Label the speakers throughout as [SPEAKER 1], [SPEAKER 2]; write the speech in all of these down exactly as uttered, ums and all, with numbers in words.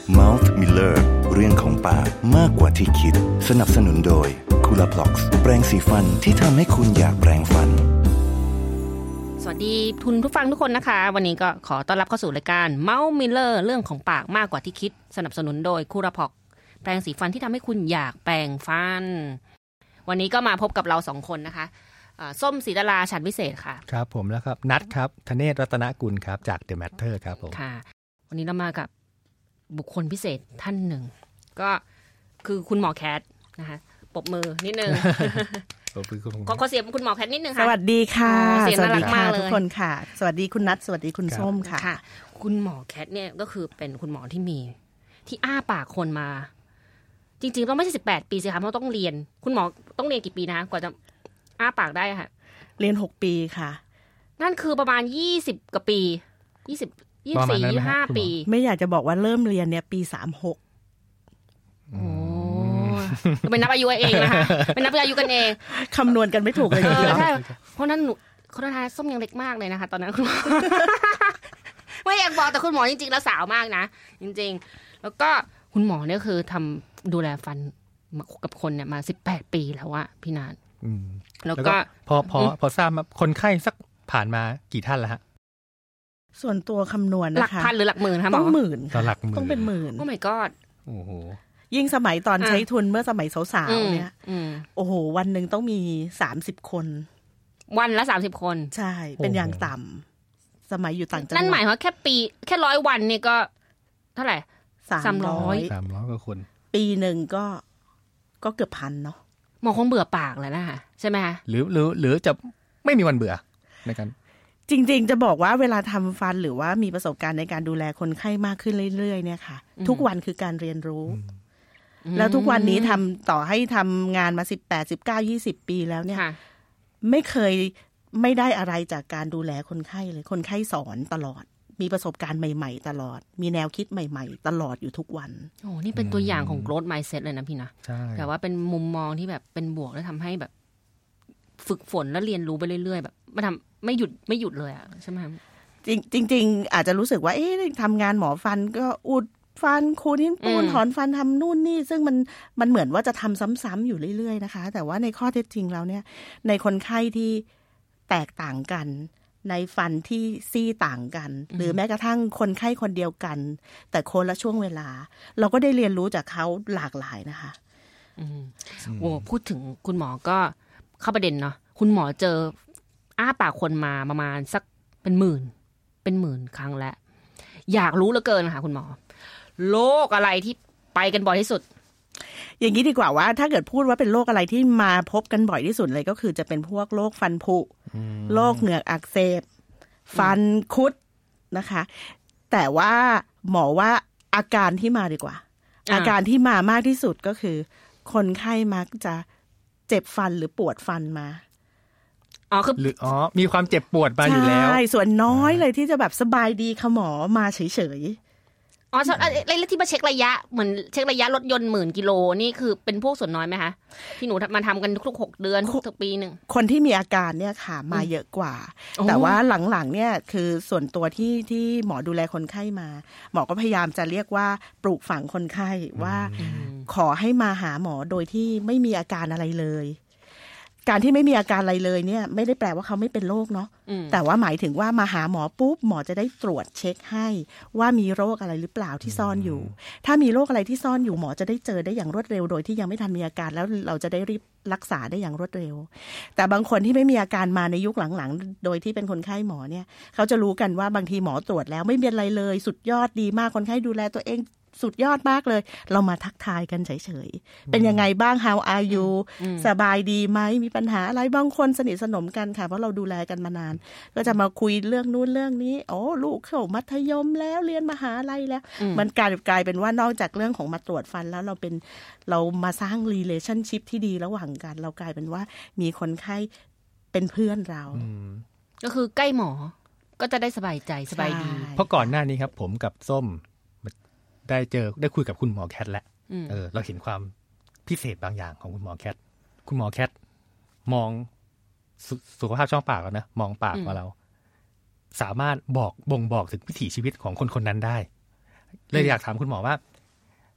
[SPEAKER 1] Mouth Miller เรื่องของปากมากกว่าที่คิดสนับสนุนโดย Coloplux แปรงสีฟันที่ทำให้คุณอยากแปรงฟัน
[SPEAKER 2] สวัสดีทุนผู้ฟังทุกคนนะคะวันนี้ก็ขอต้อนรับเข้าสู่รายการ Mouth Miller เรื่องของปากมากกว่าที่คิดสนับสนุนโดย Coloplux แปรงสีฟันที่ทำให้คุณอยากแปรงฟันวันนี้ก็มาพบกับเราสองคนนะคะส้มศรีดาราฉันวิเศษค่ะ
[SPEAKER 3] ครับผมแล้วครับนัทครับธเนศรัตนกุลครับจาก The Matter ครับผม
[SPEAKER 2] ค่ะวันนี้เรามากับบุคคลพิเศษท่านหนึ่งก็คือคุณหมอแคทนะคะปรบมือนิดนึงขอขอเสียงคุณหมอแคทนิดนึงค่ะ
[SPEAKER 4] สวัสดีค่ะ
[SPEAKER 2] เสียงน่ารักมากเลย
[SPEAKER 4] ทุกคนค่ะสวัสดีคุณนัทสวัสดีคุณส้มค่ะ
[SPEAKER 2] ค่ะคุณหมอแคทเนี่ยก็คือเป็นคุณหมอที่มีที่อ้าปากคนมาจริงๆต้องไม่ใช่สิบแปดปีสิคะเพราะต้องเรียนคุณหมอต้องเรียนกี่ปีนะคะกว่าจะอ้าปากได้ค่ะ
[SPEAKER 4] เรียนหกปีค่ะ
[SPEAKER 2] นั่นคือประมาณยี่สิบกว่าปียี่สิบ ยี่สิบสี่ ยี่สิบห้าปี
[SPEAKER 4] ไม่อยากจะบอกว่าเริ่มเรียนเนี่ยปีสามสิบหก
[SPEAKER 2] โอ้เป็นนับอายุเองนะคะเป็นนับอายุกันเอง
[SPEAKER 4] คำนวณกันไม่ถูกเลยทีเดียว
[SPEAKER 2] ใช่เพราะนั้นหนูคนทายส้มยังเล็กมากเลยนะคะตอนนั้นคุณหมอไม่อยากบอกแต่คุณหมอจริงๆแล้วสาวมากนะจริงๆแล้วก็คุณหมอเนี่ยคือทำดูแลฟันกับคนเนี่ยมาสิบแปดปีแล้วอะพี่นาน
[SPEAKER 3] แล้วก็พอพอพอทราบมาคนไข้สักผ่านมากี่ท่านแล้วฮะ
[SPEAKER 4] ส่วนตัวคำนวณนะคะ
[SPEAKER 2] หลักพันหรือหลักหมื่นคะหมอ
[SPEAKER 4] ต้องหมื่น
[SPEAKER 3] ต่อหลักหมื่น
[SPEAKER 4] ต้องเป็นหมื่น
[SPEAKER 2] โอ้ my god
[SPEAKER 3] โอ้โห
[SPEAKER 4] ยิ่งสมัยตอนใช้ทุนเมื่อสมัยสาวๆเนี่ยโอ้โหวันนึงต้องมีสามสิบคน
[SPEAKER 2] วันละสามสิบคน
[SPEAKER 4] ใช่เป็นอย่างต่ำสมัยอยู่ต่างจังหวัด
[SPEAKER 2] นั่นหมายว่าแค่ปีแค่ร้อยวันนี่ก็เท่าไหร่
[SPEAKER 4] สามร้อย
[SPEAKER 3] สามร้อยกว่าคน
[SPEAKER 4] ปีหนึ่งก็ก็เกือบพันเนาะ
[SPEAKER 2] หมอคงเบื่อปากแล้วนะคะใช่ไหมคะ
[SPEAKER 3] หรือหรือหรือจะไม่มีวันเบื่อในการ
[SPEAKER 4] จริงๆจะบอกว่าเวลาทำฟันหรือว่ามีประสบการณ์ในการดูแลคนไข้มากขึ้นเรื่อยๆเนี่ยค่ะทุกวันคือการเรียนรู้แล้วทุกวันนี้ทำต่อให้ทำงานมาสิบแปด สิบเก้า ยี่สิบปีแล้วเนี่ยไม่เคยไม่ได้อะไรจากการดูแลคนไข้เลยคนไข้สอนตลอดมีประสบการณ์ใหม่ๆตลอดมีแนวคิดใหม่ๆตลอดอยู่ทุกวัน
[SPEAKER 2] โอ้นี่เป็นตัวอย่างของ growth mindset เลยนะพี่นะแต่ว่าเป็นมุมมองที่แบบเป็นบวกและทำให้แบบฝึกฝนและเรียนรู้ไปเรื่อยๆแบบมาทำไม่หยุดไม่หยุดเลยอ่ะใช่ไหม
[SPEAKER 4] จริงจริงๆอาจจะรู้สึกว่าเอ๊ะทำงานหมอฟันก็อุดฟันคูนิ้นปูนถอนฟันทำนู่นนี่ซึ่งมันมันเหมือนว่าจะทำซ้ำๆอยู่เรื่อยๆนะคะแต่ว่าในข้อเท็จจริงแล้วเนี่ยในคนไข้ที่แตกต่างกันในฟันที่ซี่ต่างกันหรือแม้กระทั่งคนไข้คนเดียวกันแต่คนละช่วงเวลาเราก็ได้เรียนรู้จากเขาหลากหลายนะคะ
[SPEAKER 2] โอ้พูดถึงคุณหมอก็เข้าประเด็นเนาะคุณหมอเจออ้าปากคนมาประมาณสักเป็นหมื่นเป็นหมื่นครั้งแล้วอยากรู้เหลือเกินค่ะคุณหมอโรคอะไรที่ไปกันบ่อยที่สุด
[SPEAKER 4] อย่างนี้ดีกว่าว่าถ้าเกิดพูดว่าเป็นโรคอะไรที่มาพบกันบ่อยที่สุดเลยก็คือจะเป็นพวกโรคฟันผุโรคเหงือกอักเสบฟันคุดนะคะแต่ว่าหมอว่าอาการที่มาดีกว่าอาการที่มามากที่สุดก็คือคนไข้มักจะเจ็บฟันหรือปวดฟันมา
[SPEAKER 2] อ๋อคือ
[SPEAKER 3] หรืออ๋อมีความเจ็บปวดมาอยู่แล้ว
[SPEAKER 4] ใช่ส่วนน้อยเลยที่จะแบบสบายดีค่ะหมอมาเฉย
[SPEAKER 2] อ๋อแล้วที่มาเช็คระยะเหมือนเช็คระยะรถยนต์หมื่นกิโลนี่คือเป็นพวกส่วนน้อยไหมคะที่หนูมาทำกันทุกๆหกเดือนทุกๆปีหนึ่ง
[SPEAKER 4] คนที่มีอาการเนี่ยค่ะมาเยอะกว่าแต่ว่าหลังๆเนี่ยคือส่วนตัวที่ที่หมอดูแลคนไข้มาหมอก็พยายามจะเรียกว่าปลูกฝังคนไข้ว่าขอให้มาหาหมอโดยที่ไม่มีอาการอะไรเลยการที่ไม่มีอาการอะไรเลยเนี่ยไม่ได้แปลว่าเขาไม่เป็นโรคเนาะแต่ว่าหมายถึงว่ามาหาหมอปุ๊บหมอจะได้ตรวจเช็คให้ว่ามีโรคอะไรหรือเปล่าที่ซ่อนอยู่ถ้ามีโรคอะไรที่ซ่อนอยู่หมอจะได้เจอได้อย่างรวดเร็วโดยที่ยังไม่ทันมีอาการแล้วเราจะได้รีบรักษาได้อย่างรวดเร็วแต่บางคนที่ไม่มีอาการมาในยุคหลังๆโดยที่เป็นคนไข้หมอเนี่ยเขาจะรู้กันว่าบางทีหมอตรวจแล้วไม่เป็นอะไรเลยสุดยอดดีมากคนไข้ดูแลตัวเองสุดยอดมากเลยเรามาทักทายกันเฉยๆเป็นยังไงบ้าง how are you สบายดีไหมมีปัญหาอะไรบางคนสนิทสนมกันค่ะเพราะเราดูแลกันมานานก็จะมาคุยเรื่องนู้นเรื่องนี้โอ้ลูกเข้ามัธยมแล้วเรียนมหาลัยแล้วมันกลายกลายเป็นว่านอกจากเรื่องของมาตรวจฟันแล้วเราเป็นเรามาสร้าง relationship ที่ดีระหว่างกันเรากลายเป็นว่ามีคนไข้เป็นเพื่อนเรา
[SPEAKER 2] ก็คือใกล้หมอก็จะได้สบายใจสบายดี
[SPEAKER 3] เพราะก่อนหน้านี้ครับผมกับส้มได้เจอได้คุยกับคุณหมอแคทแล้วเออเราเห็นความพิเศษบางอย่างของคุณหมอแคทคุณหมอแคทมองสสุขภาพช่องปากแล้วนะมองปากของเราสามารถบอกบ่งบอกถึงวิถีชีวิตของคนคนนั้นได้เลยอยากถามคุณหมอว่า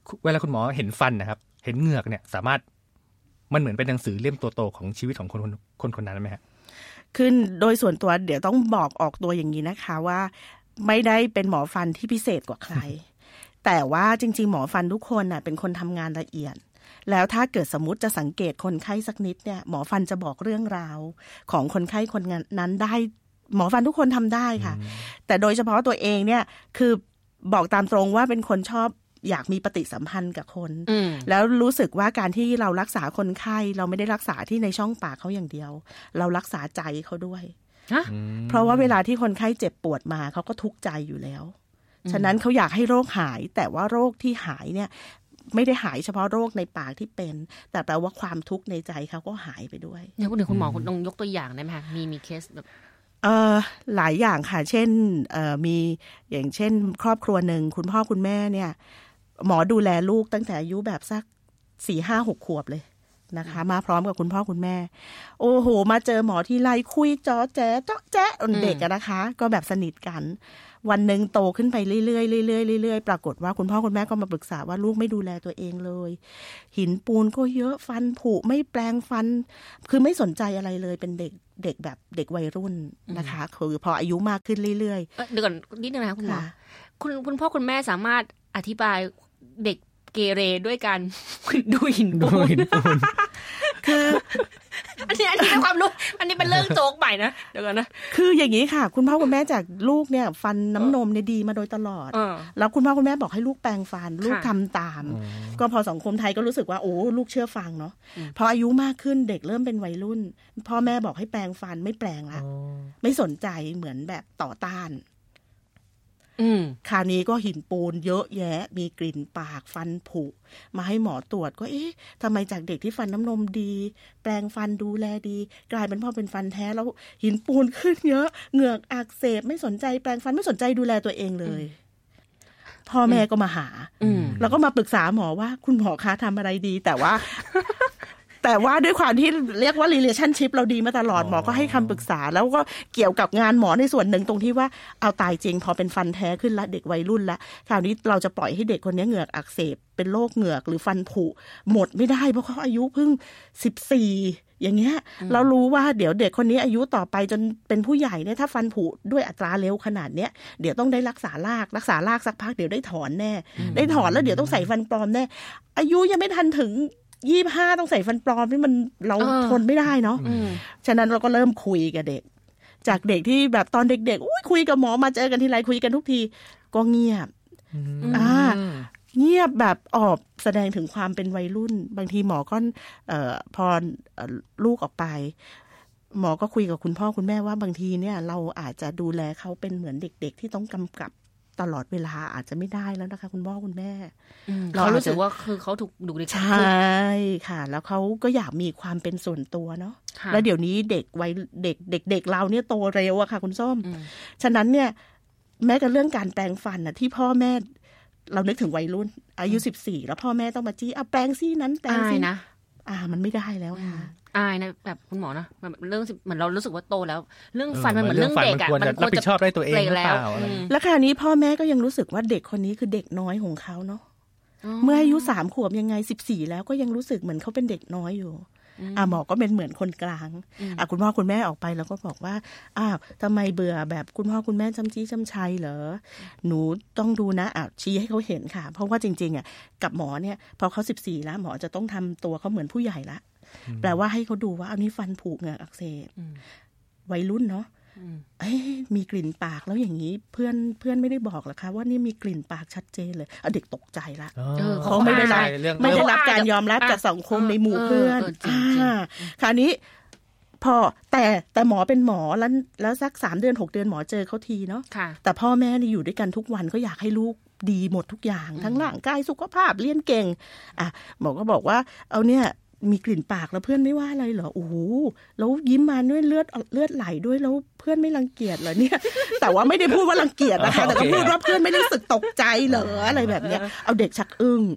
[SPEAKER 3] เวลาคุณหมอเห็นฟันนะครับเห็นเหงือกเนี่ยสามารถมันเหมือนเป็นหนังสือเล่มโตๆของชีวิตของคนคนคนนั้นไหมฮะ
[SPEAKER 4] คือโดยส่วนตัวเดี๋ยวต้องบอกออกตัวอย่างนี้นะคะว่าไม่ได้เป็นหมอฟันที่พิเศษกว่าใคร แต่ว่าจริงๆหมอฟันทุกคนน่ะเป็นคนทำงานละเอียดแล้วถ้าเกิดสมมุติจะสังเกตคนไข้สักนิดเนี่ยหมอฟันจะบอกเรื่องราวของคนไข้คนนั้นได้หมอฟันทุกคนทำได้ค่ะแต่โดยเฉพาะตัวเองเนี่ยคือบอกตามตรงว่าเป็นคนชอบอยากมีปฏิสัมพันธ์กับคนแล้วรู้สึกว่าการที่เรารักษาคนไข้เราไม่ได้รักษาที่ในช่องปากเขาอย่างเดียวเรารักษาใจเขาด้วยเพราะว่าเวลาที่คนไข้เจ็บปวดมาเขาก็ทุกข์ใจอยู่แล้วฉะนั้นเขาอยากให้โรคหายแต่ว่าโรคที่หายเนี่ยไม่ได้หายเฉพาะโรคในปากที่เป็นแต่แปลว่าความทุกข์ในใจเขาก็หายไปด้วย
[SPEAKER 2] เนี่ยคุณเดี๋ยวคุณหมอคุณลองยกตัวอย่างได้ไหมคะมีมีเคสแบบ
[SPEAKER 4] เอ่อหลายอย่างค่ะเช่นเอ่อมีอย่างเช่นครอบครัวหนึ่งคุณพ่อคุณแม่เนี่ยหมอดูแลลูกตั้งแต่อายุแบบสักสี่ห้าหกขวบเลยนะคะมาพร้อมกับคุณพ่อคุณแม่โอ้โหมาเจอหมอที่ไล่คุยจ้อแจ๊จ้อแจ๊เด็กนะคะก็แบบสนิทกันวันหนึ่งโตขึ้นไปเรื่อยๆเรื่อยๆเรื่อยๆปรากฏว่าคุณพ่อคุณแม่ก็มาปรึกษาว่าลูกไม่ดูแลตัวเองเลยหินปูนก็เยอะฟันผุไม่แปลงฟันคือไม่สนใจอะไรเลยเป็นเด็กเด็กแบบเด็กวัยรุ่นนะคะคือพออายุมากขึ้นเรื่อย
[SPEAKER 2] ๆเดี๋ยวก่อนนิดนึงนะคะคุณหมอคุณคุณพ่อคุณแม่สามารถอธิบายเด็กเกเรด้วยการดูหินปูน
[SPEAKER 4] คือ
[SPEAKER 2] อันนี้อันนี้เป็นความรู้อันนี้เป็นเรื่องโจ๊กใหม่นะเดี๋ยวก่อนนะ
[SPEAKER 4] คืออย่างนี้ค่ะคุณพ่อคุณแม่จากลูกเนี่ยฟันน้ำนมเนี่ยดีมาโดยตลอดแล้วคุณพ่อคุณแม่บอกให้ลูกแปรงฟันลูกทำตามก็พอสังคมไทยก็รู้สึกว่าโอ้ลูกเชื่อฟังเนาะพออายุมากขึ้นเด็กเริ่มเป็นวัยรุ่นพ่อแม่บอกให้แปรงฟันไม่แปรงละไม่สนใจเหมือนแบบต่อต้านคราวนี้ก็หินปูนเยอะแยะมีกลิ่นปากฟันผุมาให้หมอตรวจก็เอ๊ะทำไมจากเด็กที่ฟันน้ำนมดีแปรงฟันดูแลดีกลายเป็นพ่อเป็นฟันแท้แล้วหินปูนขึ้นเยอะเหงือกอักเสบไม่สนใจแปรงฟันไม่สนใจดูแลตัวเองเลยพ่อแม่ก็มาหาแล้วก็มาปรึกษาหมอว่าคุณหมอคะทำอะไรดีแต่ว่าแต่ว่าด้วยความที่เรียกว่า relationship เราดีมาตลอดหมอก็ให้คำปรึกษาแล้วก็เกี่ยวกับงานหมอในส่วนหนึ่งตรงที่ว่าเอาตายจริงพอเป็นฟันแท้ขึ้นละเด็กวัยรุ่นละคราวนี้เราจะปล่อยให้เด็กคนนี้เหงือกอักเสบเป็นโรคเหงือกหรือฟันผุหมดไม่ได้เพราะเขาอายุเพิ่งสิบสี่อย่างเงี้ยเรารู้ว่าเดี๋ยวเด็กคนนี้อายุต่อไปจนเป็นผู้ใหญ่เนี่ยถ้าฟันผุด้วยอัตราเร็วขนาดเนี้ยเดี๋ยวต้องได้รักษารากรักษารากสักพักเดี๋ยวได้ถอนแน่ได้ถอนแล้วเดี๋ยวต้องใส่ฟันปลอมแน่อายุยังไม่ทันถึงยี่สิบห้าต้องใส่ฟันปลอมนี่มันเราทนไม่ได้เนาะฉะนั้นเราก็เริ่มคุยกับเด็กจากเด็กที่แบบตอนเด็กๆอุ้ยคุยกับหมอมาเจอกันทีไรคุยกันทุกทีก็เงียบอ่าเงียบแบบออกแสดงถึงความเป็นวัยรุ่นบางทีหมอก็เอ่อพอลูกออกไปหมอก็คุยกับคุณพ่อคุณแม่ว่าบางทีเนี่ยเราอาจจะดูแลเขาเป็นเหมือนเด็กๆที่ต้องกำกับตลอดเวลาอาจจะไม่ได้แล้วนะคะคุณพ่อคุณแม่
[SPEAKER 2] เรารู้สึกว่าคือเขาถูกดุเด็ก
[SPEAKER 4] ใช่ค่ะแล้วเขาก็อยากมีความเป็นส่วนตัวเนาะแล้วเดี๋ยวนี้เด็กวัยเด็กเด็กๆเราเนี่ยโตเร็วอะค่ะคุณส้มฉะนั้นเนี่ยแม้กระเรื่องการแปรงฟันน่ะที่พ่อแม่เรานึกถึงวัยรุ่นอายุสิบสี่แล้วพ่อแม่ต้องมาจี้เอาแปรงซี่นั้นแปรงซี่นะอ่ามันไม่ได้แล้วค่ะ
[SPEAKER 2] อายนะแบบคุณหมอนะแบบเรื่องเหมือนเรารู้สึกว่าโตแล้วเรื่องฟันมันเหมือนเรื่องเด็กอ่ะ
[SPEAKER 3] มันควรจะรับผิดชอบได้ตัวเองหรือเปล่า
[SPEAKER 4] แล้วคราวนี้พ่อแม่ก็ยังรู้สึกว่าเด็กคนนี้คือเด็กน้อยของเขาเนาะเมื่ออายุสามขวบยังไงสิบสี่แล้วก็ยังรู้สึกเหมือนเขาเป็นเด็กน้อยอยู่อ่ะหมอก็เป็นเหมือนคนกลางอ่ะคุณพ่อคุณแม่ออกไปแล้วก็บอกว่าอ้าวทำไมเบื่อแบบคุณพ่อคุณแม่จำจี้จำชัยเหรอหนูต้องดูนะอ่ะชี้ให้เขาเห็นค่ะเพราะว่าจริงๆอ่ะกับหมอเนี่ยพอเขาสิบสี่แล้วหมอจะต้องทำตัวเขาเหมือนผู้ใหญ่ละแปลว่าให้เขาดูว่าอันนี้ฟันผุเหงือกอักเสบวัยรุ่นเนาะเอ้มีกลิ่นปากแล้วอย่างนี้เพื่อนเพื่อนไม่ได้บอกหรอคะว่านี่มีกลิ่นปากชัดเจนเลยเด็กตกใจละเขาไม่ได้รับไม่ได้รับการยอมรับจากสังคมในหมู่เพื่อนคราวนี้พอแต่แต่หมอเป็นหมอแล้วแล้วสักสามเดือนหกเดือนหมอเจอเขาทีเนาะแต่พ่อแม่นี่อยู่ด้วยกันทุกวันก็อยากให้ลูกดีหมดทุกอย่างทั้งร่างกายสุขภาพเรียนเก่งอ่ะหมอก็บอกว่าเอาเนี่ยมีกลิ่นปากแล้วเพื่อนไม่ว่าอะไรเหรอโอ้โหแล้วยิ้มมาด้วยเลือดเลือดไหลด้วยแล้วเพื่อนไม่รังเกียจเหรอเนี่ยแต่ว่าไม่ได้พูดว่ารังเกียจนะคะแต่ก็พูดว่าเพื่อนไม่ได้รู้สึกตกใจเหรออะไรแบบเนี้ยเอาเด็กชักอึ้ง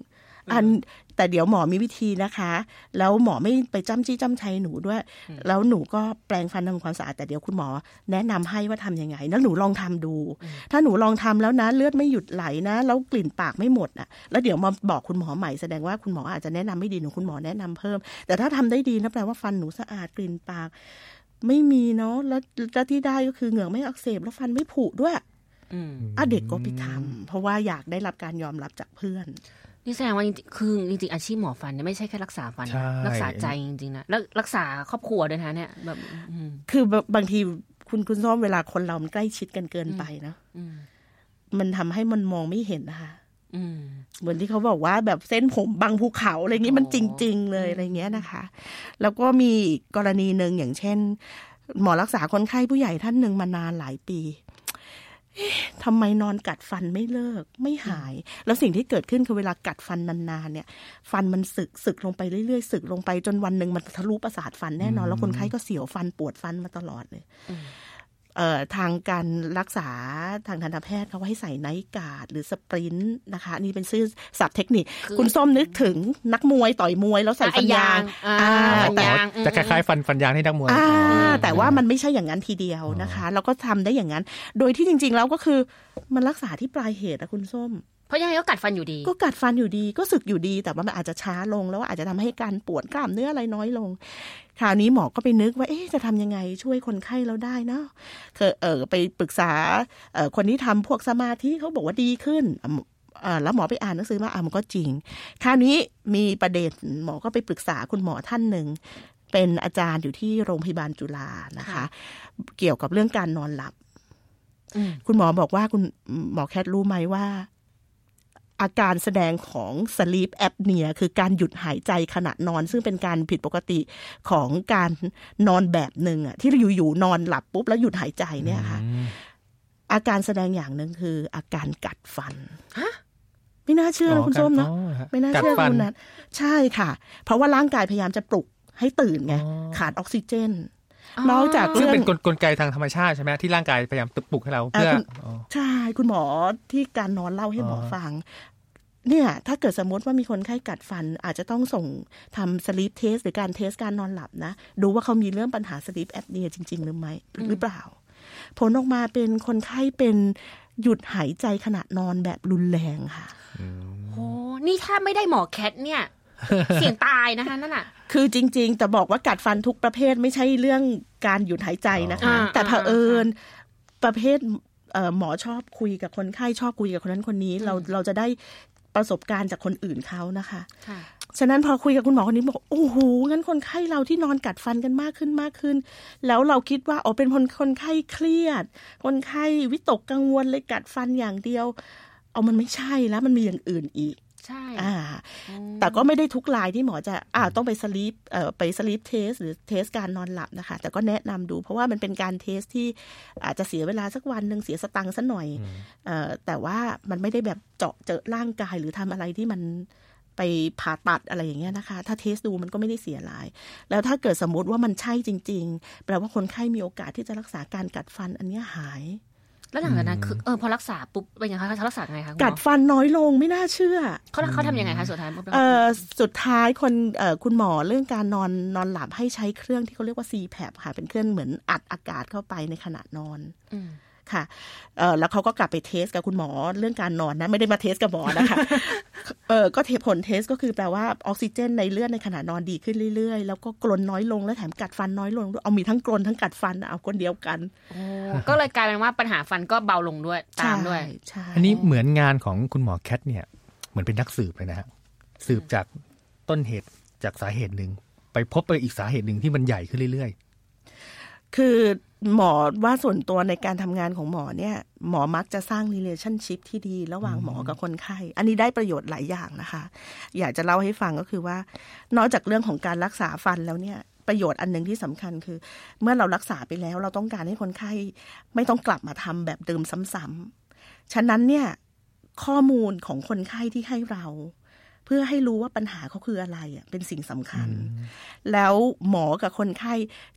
[SPEAKER 4] อันแต่เดี๋ยวหมอมีวิธีนะคะแล้วหมอไม่ไปจ้ำจี้จ้ำชัยหนูด้วยแล้วหนูก็แปรงฟันทำความสะอาดแต่เดี๋ยวคุณหมอแนะนำให้ว่าทำยังไงแล้วหนูลองทำดูถ้าหนูลองทำแล้วนะเลือดไม่หยุดไหลนะแล้วกลิ่นปากไม่หมดอ่ะแล้วเดี๋ยวมาบอกคุณหมอใหม่แสดงว่าคุณหมออาจจะแนะนำไม่ดีหนูคุณหมอแนะนำเพิ่มแต่ถ้าทำได้ดีนะแปลว่าฟันหนูสะอาดกลิ่นปากไม่มีเนาะแล้วที่ได้ก็คือเหงือกไม่อักเสบแล้วฟันไม่ผุด้วยอ่ะเด็กก็ไปทำเพราะว่าอยากได้รับการยอมรับจากเพื่อน
[SPEAKER 2] นี่แสดงว่าจริงๆคือจริงๆอาชีพหมอฟันเนี่ยไม่ใช่แค่รักษาฟันรักษาใจจริงๆนะแล้วรักษาครอบครัวด้วยนะเนี่ยแบบ
[SPEAKER 4] คือบางทีคุณคุณส้มเวลาคนเรามันใกล้ชิดกันเกินไปนะมันทำให้มันมองไม่เห็นนะคะเหมือนที่เขาบอกว่าแบบเส้นผมบังภูเขาอะไรเงี้ยมันจริงๆเลยอะไรเงี้ยนะคะแล้วก็มีกรณีหนึ่งอย่างเช่นหมอรักษาคนไข้ผู้ใหญ่ท่านหนึ่งมานานหลายปีทำไมนอนกัดฟันไม่เลิกไม่หายแล้วสิ่งที่เกิดขึ้นคือเวลากัดฟันนานๆเนี่ยฟันมันสึกสึกลงไปเรื่อยๆสึกลงไปจนวันหนึ่งมันทะลุประสาทฟันแน่นอนแล้วคนไข้ก็เสียวฟันปวดฟันมาตลอดเลยเอ่อทางการรักษาทางทันตแพทย์เขาให้ใส่ไนท์การ์ดหรือสปรินต์นะคะนี่เป็นชื่อศัพท์เทคนิคคุณส้มนึกถึงนักมวยต่อยมวยแล้วใส่ฟันยาง
[SPEAKER 3] แต่จะคล้ายๆฟันฟันยางให้นักมวย
[SPEAKER 4] แต่ว่ามันไม่ใช่อย่างนั้นทีเดียวนะคะแล้วก็ทำได้อย่างนั้นโดยที่จริงๆแล้วก็คือมันรักษาที่ปลายเหตุนะคุณส้ม
[SPEAKER 2] เพราะยังไงก็กัดฟันอยู่ดี
[SPEAKER 4] ก็กัดฟันอยู่ดีก็สึกอยู่ดีแต่ว่ามันอาจจะช้าลงแล้วอาจจะทำให้การปวดกล้ามเนื้ออะไรน้อยลงคราวนี้หมอก็ไปนึกว่าเอ๊ะจะทำยังไงช่วยคนไข้เราได้เนาะเคยเออไปปรึกษาเอ่อคนที่ทำพวกสมาธิเขาบอกว่าดีขึ้นอ่าแล้วหมอไปอ่านหนังสือมาอ่ามันก็จริงคราวนี้มีประเด็นหมอก็ไปปรึกษาคุณหมอท่านหนึ่งเป็นอาจารย์อยู่ที่โรงพยาบาลจุฬานะคะเกี่ยวกับเรื่องการนอนหลับคุณหมอบอกว่าคุณหมอแคทรู้ไหมว่าอาการแสดงของ sleep apnea คือการหยุดหายใจขณะนอนซึ่งเป็นการผิดปกติของการนอนแบบหนึ่งอ่ะที่อยู่ๆนอนหลับปุ๊บแล้วหยุดหายใจเนี่ยค่ะอาการแสดงอย่างหนึ่งคืออาการกัดฟันไม่น่าเชื่อนะคุณส้มนะไม่น่าเชื่อคุณนัทใช่ค่ะเพราะว่าร่างกายพยายามจะปลุกให้ตื่นไงขาดออกซิเจนนอกจาก
[SPEAKER 3] ซึ่งเป็นกลไกทางธรรมชาติใช่ไหมที่ร่างกายพยายามปลุกให้เราเพื่อ
[SPEAKER 4] ใช่คุณหมอที่การนอนเล่าให้หมอฟังเนี่ยถ้าเกิดสมมติว่ามีคนไข้กัดฟันอาจจะต้องส่งทำ sleep test หรือการเทสการนอนหลับนะดูว่าเขามีเรื่องปัญหา sleep apnea จริงๆหรือไม่หรือเปล่าผลออกมาเป็นคนไข้เป็นหยุดหายใจขณะนอนแบบรุนแรงค่ะ
[SPEAKER 2] โอ้นี่ถ้าไม่ได้หมอแคทเนี่ยเสี่ยงตายนะคะนั่นน่ะ
[SPEAKER 4] คือจริงๆแต่บอกว่ากัดฟันทุกประเภทไม่ใช่เรื่องการหยุดหายใจนะคะแต่เผอิญประเภทหมอชอบคุยกับคนไข้ชอบคุยกับคนนั้นคนนี้เราเราจะได้ประสบการณ์จากคนอื่นเขานะคะฉะนั้นพอคุยกับคุณหมอคนนี้บอกโอ้โหงั้นคนไข้เราที่นอนกัดฟันกันมากขึ้นมากขึ้นแล้วเราคิดว่าอ๋อเป็นคนคนไข้เครียดคนไข้วิตกกังวลเลยกัดฟันอย่างเดียวเอามันไม่ใช่แล้วมันมีอย่างอื่นอีก
[SPEAKER 2] ใช่
[SPEAKER 4] อ่าแต่ก็ไม่ได้ทุกรายที่หมอจะอ่าต้องไปสลีปเอ่อไปสลีปเทสหรือเทสการนอนหลับนะคะแต่ก็แนะนำดูเพราะว่ามันเป็นการเทสที่อาจจะเสียเวลาสักวันนึงเสียสตังค์สักหน่อยเอ่อแต่ว่ามันไม่ได้แบบเจาะเจาะร่างกายหรือทำอะไรที่มันไปผ่าตัดอะไรอย่างเงี้ยนะคะถ้าเทสดูมันก็ไม่ได้เสียหลายแล้วถ้าเกิดสมมติว่ามันใช่จริงๆแปลว่าคนไข้มีโอกาสที่จะรักษาการกัดฟันอันนี้หาย
[SPEAKER 2] แล้วหลังจากนั้นคือเออพอรักษาปุ๊บเป็นยังไงคะรักษาไงคะ
[SPEAKER 4] กัดฟันน้อยลงไม่น่าเชื่อ
[SPEAKER 2] เขาเขาทำยังไงคะสุดท้าย
[SPEAKER 4] เออสุดท้ายคนเอ่อคุณหมอเรื่องการนอนนอนหลับให้ใช้เครื่องที่เขาเรียกว่า ซี แพป ค่ะเป็นเครื่องเหมือนอัดอากาศเข้าไปในขณะนอนค่ะเออแล้วเขาก็กลับไปเทสกับคุณหมอเรื่องการนอนนะไม่ได้มาเทสกับหมอนะคะเออก็ผลเทสก็คือแปลว่าออกซิเจนในเลือดในขณะนอนดีขึ้นเรื่อยๆแล้วก็กรนน้อยลงแล้วแถมกัดฟันน้อยลงเอามีทั้งกรนทั้งกัดฟันเอาคนเดียวกัน
[SPEAKER 2] ก็เลยกลายเป็นว่าปัญหาฟันก็เบาลงด้วยตามด้วย
[SPEAKER 3] อันนี้เหมือนงานของคุณหมอแคทเนี่ยเหมือนเป็นนักสืบเลยนะฮะสืบจากต้นเหตุจากสาเหตุหนึ่งไปพบไปอีกสาเหตุหนึ่งที่มันใหญ่ขึ้นเรื่อย
[SPEAKER 4] ๆคือหมอว่าส่วนตัวในการทำงานของหมอเนี่ยหมอมักจะสร้าง relationship ที่ดีระหว่างหมอกับคนไข้อันนี้ได้ประโยชน์หลายอย่างนะคะอยากจะเล่าให้ฟังก็คือว่านอกจากเรื่องของการรักษาฟันแล้วเนี่ยประโยชน์อันนึงที่สำคัญคือเมื่อเรารักษาไปแล้วเราต้องการให้คนไข้ไม่ต้องกลับมาทำแบบเดิมซ้ำๆฉะนั้นเนี่ยข้อมูลของคนไข้ที่ให้เราเพื่อให้รู้ว่าปัญหาเขาคืออะไรอ่ะเป็นสิ่งสำคัญแล้วหมอกับคนไข้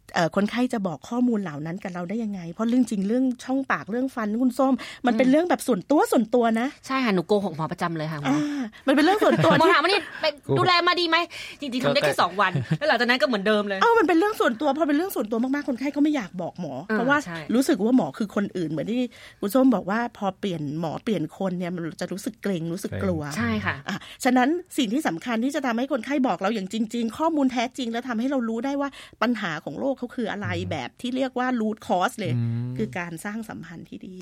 [SPEAKER 4] คนไข้จะบอกข้อมูลเหล่านั้นกับเราได้ยังไงเพราะเรื่องจริงเรื่องช่องปากเรื่องฟันคุณส้มมันเป็นเรื่องแบบส่วนตัวส่วนตัวนะ
[SPEAKER 2] ใช่ค่ะหนูโกหกหมอประจำเลยค่ะหมอ
[SPEAKER 4] มันเป็นเรื่องส่วนตัว
[SPEAKER 2] หมอถามว่านี่ดูแลมาดีไหมจริงๆทำได้แค่สองวันแล้วหลังจากนั้นก็เหมือนเดิมเลย
[SPEAKER 4] เอ้ามันเป็นเรื่องส่วนตัวพอเป็นเรื่องส่วนตัวมากๆคนไข้ก็ไม่อยากบอกหมอเพราะว่ารู้สึกว่าหมอคือคนอื่นเหมือนที่คุณส้มบอกว่าพอเปลี่ยนหมอเปลี่ยนคนเนี่ยมันจะรู้สึกเกรงรู้สึกกลัว
[SPEAKER 2] ใช่ค่ะ
[SPEAKER 4] อ่ะฉะนั้นสิ่งที่สำคัญที่จะทำให้คนไข้บอกเราอย่างจริงๆข้อมูลแท้จริงแล้วทำให้เรารู้ได้ว่าปัญหาของโรคเขาคืออะไรแบบที่เรียกว่า root cause เลยคือการสร้างสัมพันธ์ที่ดี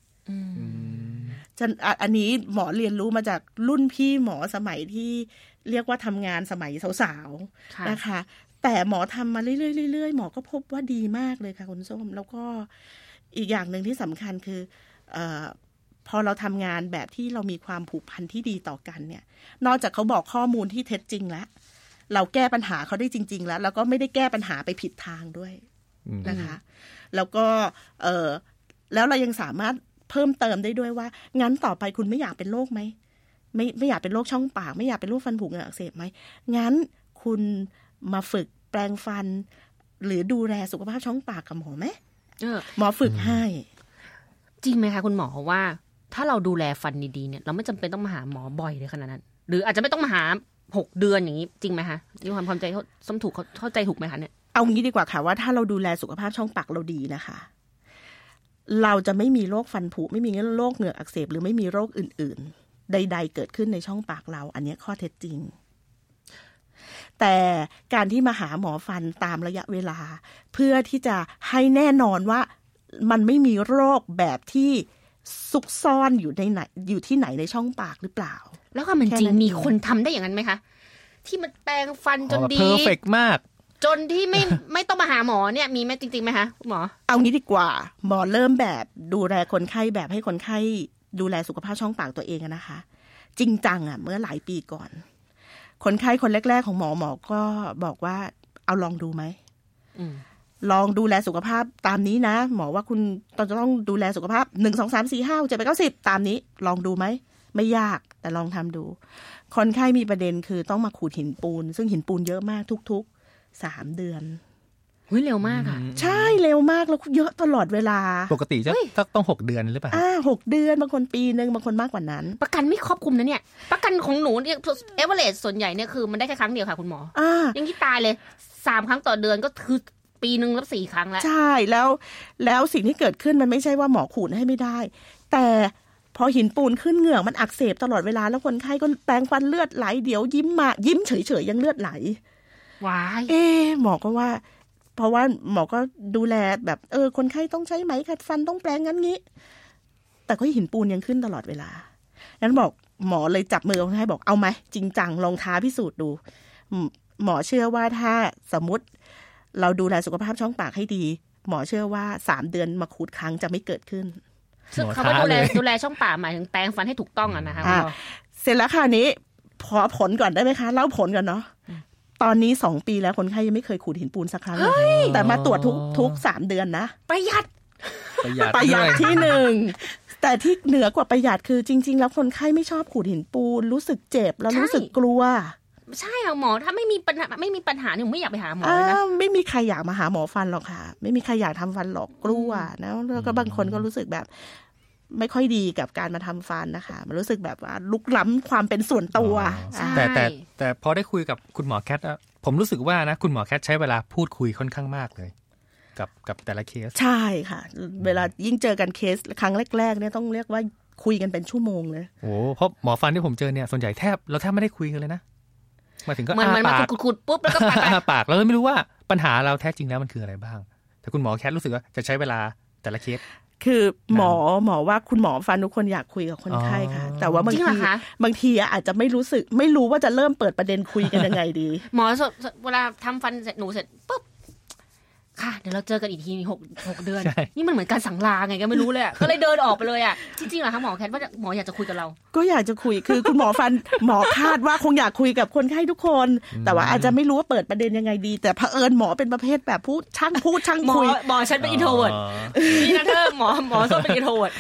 [SPEAKER 4] ฉันอันนี้หมอเรียนรู้มาจากรุ่นพี่หมอสมัยที่เรียกว่าทำงานสมัยสาวๆนะคะแต่หมอทำมาเรื่อยๆๆหมอก็พบว่าดีมากเลยค่ะคุณส้มแล้วก็อีกอย่างหนึ่งที่สำคัญคือเอ่อพอเราทำงานแบบที่เรามีความผูกพันที่ดีต่อกันเนี่ยนอกจากเขาบอกข้อมูลที่เท็จจริงแล้วเราแก้ปัญหาเขาได้จริงๆแล้วแล้วก็ไม่ได้แก้ปัญหาไปผิดทางด้วยนะคะแล้วก็เออแล้วเรายังสามารถเพิ่มเติมได้ด้วยว่างั้นต่อไปคุณไม่อยากเป็นโรคไหมไม่ไม่อยากเป็นโรคช่องปากไม่อยากเป็นโรคฟันผุเหงือกอักเสบไหมงั้นคุณมาฝึกแปรงฟันหรือดูแลสุขภาพช่องปากกับหมอไหมหมอฝึกให้
[SPEAKER 2] จริงไหมคะคุณหมอว่าถ้าเราดูแลฟันดีๆเนี่ยเราไม่จำเป็นต้องมาหาหมอบ่อยเลยขนาดนั้นหรืออาจจะไม่ต้องมาหาหกเดือนอย่างนี้จริงไหมคะมีความความใจส้มถูกเข้าใจถูกไหมคะเนี่ย
[SPEAKER 4] เอางี้ดีกว่าค่ะว่าถ้าเราดูแลสุขภาพช่องปากเราดีนะคะเราจะไม่มีโรคฟันผุไม่มีโรคเหงือกอักเสบหรือไม่มีโรคอื่นๆใดๆเกิดขึ้นในช่องปากเราอันนี้ข้อเท็จจริงแต่การที่มาหาหมอฟันตามระยะเวลาเพื่อที่จะให้แน่นอนว่ามันไม่มีโรคแบบที่ซุกซ่อนอยู่ในไหนอยู่ที่ไหนในช่องปากหรือเปล่า
[SPEAKER 2] แล้วก็มันจริงมีคนทำได้อย่างนั้นไหมคะที่มันแปรงฟันจนดี
[SPEAKER 3] เพอร์เฟกต์มาก
[SPEAKER 2] จนที่ไม่ไม่ต้องมาหาหมอเนี่ยมีไหมจริงๆไหมคะหมอ
[SPEAKER 4] เอางี้ดีกว่าหมอเริ่มแบบดูแลคนไข้แบบให้คนไข้ดูแลสุขภาพช่องปากตัวเองนะคะจริงจังอ่ะเมื่อหลายปีก่อนคนไข้คนแรกๆของหมอหมอก็บอกว่าเอาลองดูไหมลองดูแลสุขภาพตามนี้นะหมอว่าคุณตอนจะต้องดูแลสุขภาพหนึ่งสองสามสี่ห้าเจ็ดแปดเก้าสิบตามนี้ลองดูไหมไม่ยากแต่ลองทำดูคนไข้มีประเด็นคือต้องมาขูดหินปูนซึ่งหินปูนเยอะมากทุกๆสามเดือน
[SPEAKER 2] เฮ้ยเร็วมากอ่ะ
[SPEAKER 4] ใช่เร็วมากแล้วเยอะตลอดเวลา
[SPEAKER 3] ปกติจะต้องหกเดือนหรือเปล่า
[SPEAKER 4] อ่าหกเดือนบางคนปีนึงบางคนมากกว่านั้น
[SPEAKER 2] ประกันไม่ครอบคลุมนะเนี่ยประกันของหนูเนี่ยเอเวอเรสต์ส่วนใหญ่เนี่ยคือมันได้แค่ครั้งเดียวค่ะคุณหมออ่ายังที่ตายเลยสามครั้งต่อเดือนก็คือปีนึงแล้วสี่ครั้งแล้ว
[SPEAKER 4] ใช่แล้วแล้วสิ่งที่เกิดขึ้นมันไม่ใช่ว่าหมอขูดให้ไม่ได้แต่พอหินปูนขึ้นเหงือกมันอักเสบตลอดเวลาแล้วคนไข้ก็แปรงฟันเลือดไหลเดี๋ยวยิ้มมายิ้มเฉยๆยังเลือดไหล
[SPEAKER 2] ว้าย
[SPEAKER 4] เอ๊ะหมอก็ว่าเพราะว่าหมอก็ดูแลแบบเออคนไข้ต้องใช้ไหมขัดฟันต้องแปรงงั้นงี้แต่ก็หินปูนยังขึ้นตลอดเวลางั้นบอกหมอเลยจับมือคนไข้บอกเอาไหมจริงจังลองท้าพิสูจน์ดูหมอเชื่อว่าถ้าสมมติเราดูแลสุขภาพช่องปากให้ดีหมอเชื่อว่าสามเดือนมาขูดครั้งจะไม่เกิดขึ้น
[SPEAKER 2] ซึ่งเขาว่าดูแลดูแลช่องปากหมายถึงแปรงฟันให้ถูกต้องอ่ะนะคะ
[SPEAKER 4] เสร็จแล้วค่ะนี้พอผลก่อนได้ไหมคะเล่าผลกันเนาะตอนนี้สองปีแล้วคนไข้ยังไม่เคยขูดหินปูนสักครั้งแต่มาตรวจทุกทุกสามเดือนนะ
[SPEAKER 2] ประหยัด
[SPEAKER 3] ประหยัด
[SPEAKER 4] ประหยัดที่หนึ่งแต่ที่เหนือกว่าประหยัดคือจริงๆแล้วคนไข้ไม่ชอบขูดหินปูนรู้สึกเจ็บแล้วรู้สึกกลัว
[SPEAKER 2] ใช่ค่ะหมอถ้าไม่มีปัญหาไม่มีปัญหาเนี่ยไม่อยากไปหาหมอเลยนะ
[SPEAKER 4] ไม่มีใครอยากมาหาหมอฟันหรอกค่ะไม่มีใครอยากทำฟันหรอกกลัวนะแล้วก็บางคนก็รู้สึกแบบไม่ค่อยดีกับการมาทำฟันนะคะมันรู้สึกแบบว่าลุกล้ำความเป็นส่วนตัว
[SPEAKER 3] แต่แต่แต่พอได้คุยกับคุณหมอแคทผมรู้สึกว่านะคุณหมอแคทใช้เวลาพูดคุยค่อนข้างมากเลยกับกับแต่ละเคส
[SPEAKER 4] ใช่ค่ะเวลายิ่งเจอกันเคสครั้งแรกๆเนี่ยต้องเรียกว่าคุยกันเป็นชั่วโมงเลย
[SPEAKER 3] โอ้เพราะหมอฟันที่ผมเจอเนี่ยส่วนใหญ่แทบเราแทบไม่ได้คุยกันเลยนะมาถึงก็
[SPEAKER 2] อ้าปากขุดๆปุ๊บแล้วก็ปาก
[SPEAKER 3] ปากแล้วไม่รู้ว่าปัญหาเราแท้จริงแล้วมันคืออะไรบ้างแต่คุณหมอแคทรู้สึกว่าจะใช้เวลาแต่ละเคส
[SPEAKER 4] คือหมอหมอว่าคุณหมอฟันทุกคนอยากคุยกับคนไข้ค่ะแต่ว่าบางทีบางทีอาจจะไม่รู้สึกไม่รู้ว่าจะเริ่มเปิดประเด็นคุยกันยังไงดี
[SPEAKER 2] หมอเวลาทำฟันเสร็จหนูเสร็จปุ๊บค่ะเดี๋ยวเราเจอกันอีกทีหกหกเดือนนี่มันเหมือนการสั่งลาไงก็ไม่รู้เลยก็เลยเดินออกไปเลยอ่ะจริงๆเหรอคะหมอแคทว่าหมออยากจะคุยกับเรา
[SPEAKER 4] ก็อยากจะคุยคือคุณหมอฟันหมอคาดว่าคงอยากคุยกับคนไข้ทุกคนแต่ว่าอาจจะไม่รู้ว่าเปิดประเด็นยังไงดีแต่เผอิญหมอเป็นประเภทแบบพูดช่างพูดช่างคุย
[SPEAKER 2] หมอฉันเป็นอินโทรเวิร์ตนี่นะเธอหมอหมอส้มเป็นอินโทรเวิร์ต